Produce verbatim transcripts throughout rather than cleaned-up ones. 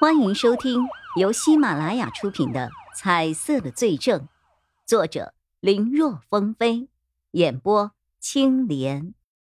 欢迎收听由喜马拉雅出品的《彩色的罪证》，作者林若风飞，演播青莲。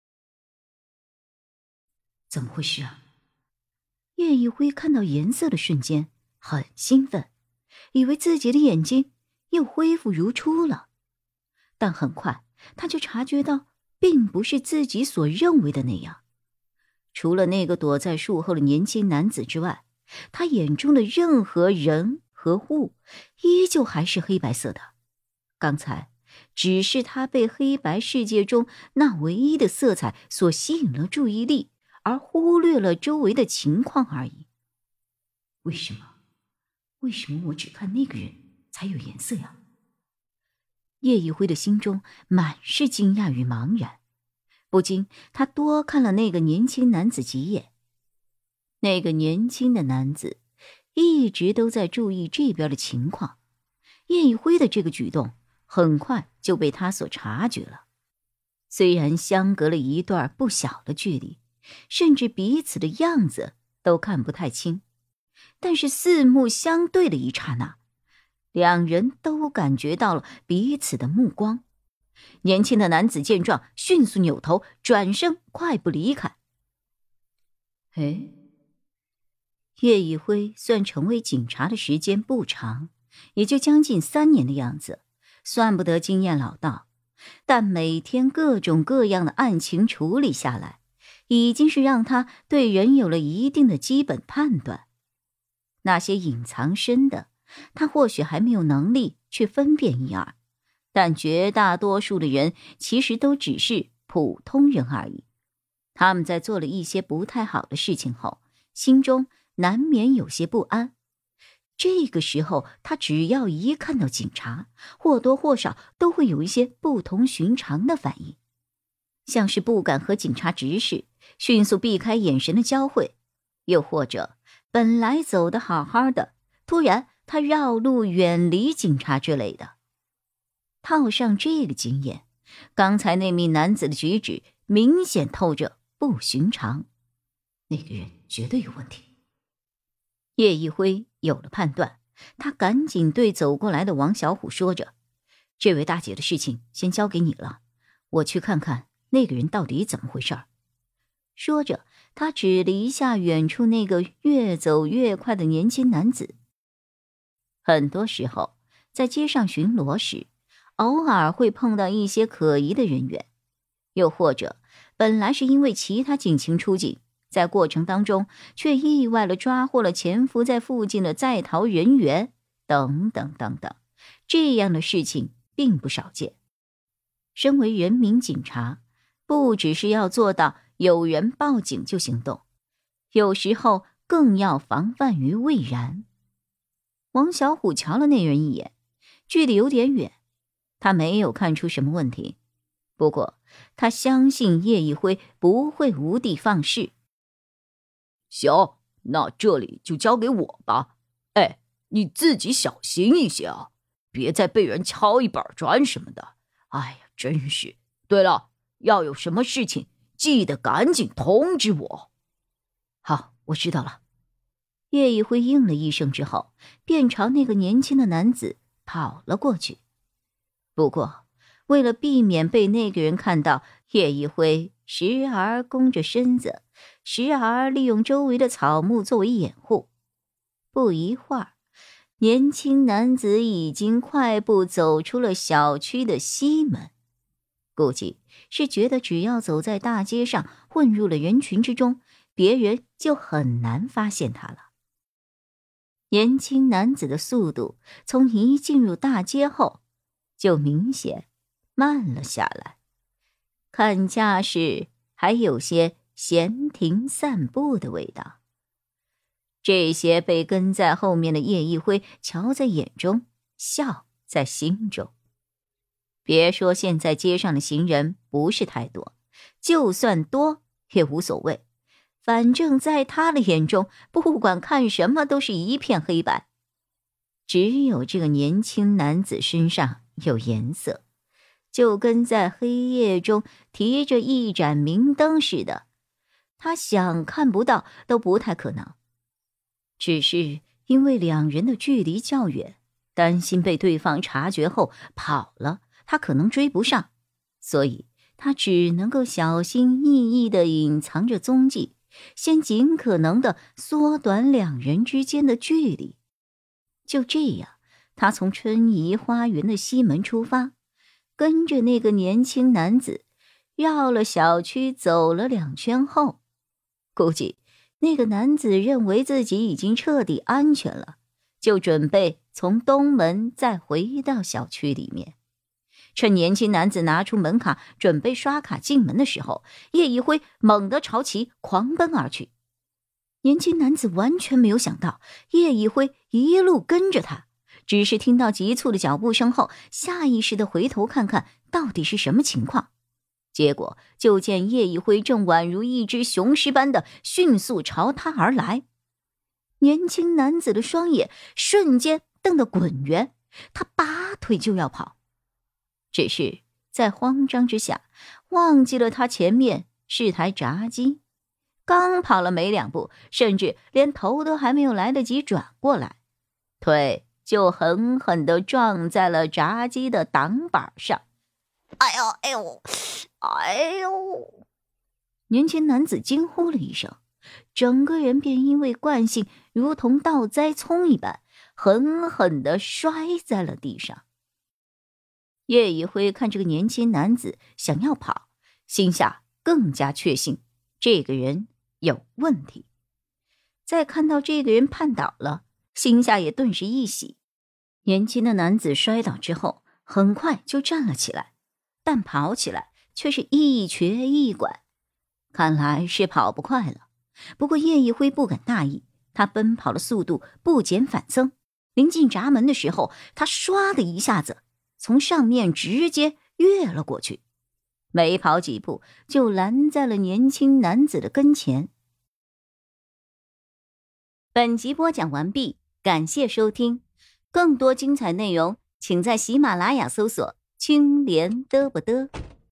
怎么回事啊？叶一辉看到颜色的瞬间很兴奋，以为自己的眼睛又恢复如初了，但很快他就察觉到并不是自己所认为的那样。除了那个躲在树后的年轻男子之外，他眼中的任何人和物依旧还是黑白色的。刚才只是他被黑白世界中那唯一的色彩所吸引了注意力，而忽略了周围的情况而已。为什么？为什么我只看那个人才有颜色呀？叶一辉的心中满是惊讶与茫然，不禁他多看了那个年轻男子几眼。那个年轻的男子一直都在注意这边的情况，叶一辉的这个举动很快就被他所察觉了。虽然相隔了一段不小的距离，甚至彼此的样子都看不太清，但是四目相对的一刹那，两人都感觉到了彼此的目光。年轻的男子见状，迅速扭头转身快步离开。哎，叶一辉算成为警察的时间不长，也就将近三年的样子，算不得经验老道，但每天各种各样的案情处理下来，已经是让他对人有了一定的基本判断。那些隐藏深的，他或许还没有能力去分辨一二，但绝大多数的人其实都只是普通人而已。他们在做了一些不太好的事情后，心中难免有些不安。这个时候他只要一看到警察，或多或少都会有一些不同寻常的反应，像是不敢和警察直视，迅速避开眼神的交汇，又或者本来走得好好的，突然他绕路远离警察之类的。套上这个经验，刚才那名男子的举止明显透着不寻常，那个人绝对有问题。叶一辉有了判断，他赶紧对走过来的王小虎说着：“这位大姐的事情先交给你了，我去看看那个人到底怎么回事。”说着，他指了一下远处那个越走越快的年轻男子。很多时候，在街上巡逻时，偶尔会碰到一些可疑的人员，又或者本来是因为其他警情出警，在过程当中却意外地抓获了潜伏在附近的在逃人员，等等等等，这样的事情并不少见。身为人民警察，不只是要做到有人报警就行动，有时候更要防范于未然。王小虎瞧了那人一眼，距离有点远，他没有看出什么问题，不过他相信叶一辉不会无的放矢。 行，那这里就交给我吧。哎，你自己小心一些啊，别再被人敲一板砖什么的。哎呀，真是。对了，要有什么事情，记得赶紧通知我。 好，我知道了。叶一辉应了一声之后，便朝那个年轻的男子跑了过去。不过，为了避免被那个人看到，叶一辉时而弓着身子，时而利用周围的草木作为掩护。不一会儿，年轻男子已经快步走出了小区的西门，估计是觉得只要走在大街上，混入了人群之中，别人就很难发现他了。年轻男子的速度从一进入大街后就明显慢了下来，看架势还有些闲庭散步的味道。这些被跟在后面的叶一辉瞧在眼中，笑在心中。别说现在街上的行人不是太多，就算多也无所谓，反正在他的眼中，不管看什么都是一片黑白。只有这个年轻男子身上有颜色，就跟在黑夜中提着一盏明灯似的，他想看不到都不太可能。 只是因为两人的距离较远，担心被对方察觉后跑了，他可能追不上，所以他只能够小心翼翼地隐藏着踪迹，先尽可能地缩短两人之间的距离。就这样，他从春怡花园的西门出发，跟着那个年轻男子绕了小区走了两圈后，估计那个男子认为自己已经彻底安全了，就准备从东门再回到小区里面。趁年轻男子拿出门卡准备刷卡进门的时候，叶一辉猛地朝其狂奔而去。年轻男子完全没有想到叶一辉一路跟着他，只是听到急促的脚步声后，下意识地回头看看到底是什么情况。结果就见叶一辉正宛如一只雄狮般的迅速朝他而来。年轻男子的双眼瞬间瞪得滚圆，他拔腿就要跑，只是在慌张之下忘记了他前面是台闸机，刚跑了没两步，甚至连头都还没有来得及转过来，腿就狠狠地撞在了闸机的挡板上。哎呦哎呦哎呦！年轻男子惊呼了一声，整个人便因为惯性如同倒栽葱一般，狠狠地摔在了地上。叶一辉看这个年轻男子想要跑，心下更加确信这个人有问题。再看到这个人绊倒了，心下也顿时一喜。年轻的男子摔倒之后，很快就站了起来，但跑起来却是一瘸一拐，看来是跑不快了。不过叶一辉不敢大意，他奔跑的速度不减反增。临近闸门的时候，他唰的一下子从上面直接跃了过去，没跑几步就拦在了年轻男子的跟前。本集播讲完毕，感谢收听。更多精彩内容请在喜马拉雅搜索青莲嘚不嘚。